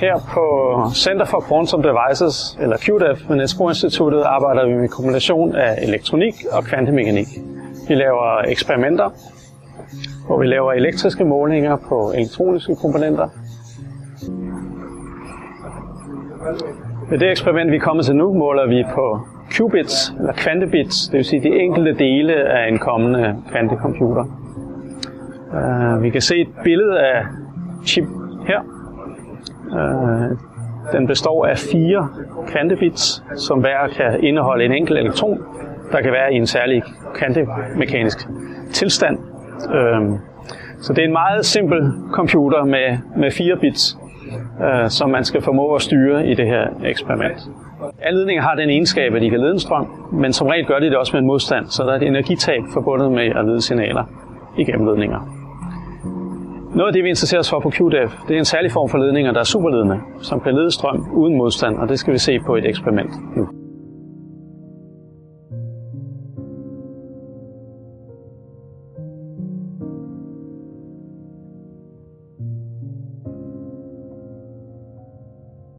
Her på Center for Quantum Devices, eller QDEV, ved Niels Bohr Instituttet, arbejder vi med kombination af elektronik og kvantemekanik. Vi laver eksperimenter, hvor vi laver elektriske målinger på elektroniske komponenter. Ved det eksperiment, vi er kommet til nu, måler vi på qubits, eller kvantebits, det vil sige de enkelte dele af en kommende kvantecomputer. Vi kan se et billede af chip her. Den består af 4 kvantebits, som hver kan indeholde en enkelt elektron, der kan være i en særlig kvantemekanisk tilstand. Så det er en meget simpel computer med 4 bits, som man skal formå at styre i det her eksperiment. Alle ledninger har den egenskab, at de kan lede en strøm, men som regel gør de det også med en modstand, så der er et energitab forbundet med at lede signaler igennem ledninger. Noget af det, vi interesserer os for på QDEV, det er en særlig form for ledninger, der er superledende, som kan lede strøm uden modstand, og det skal vi se på et eksperiment nu.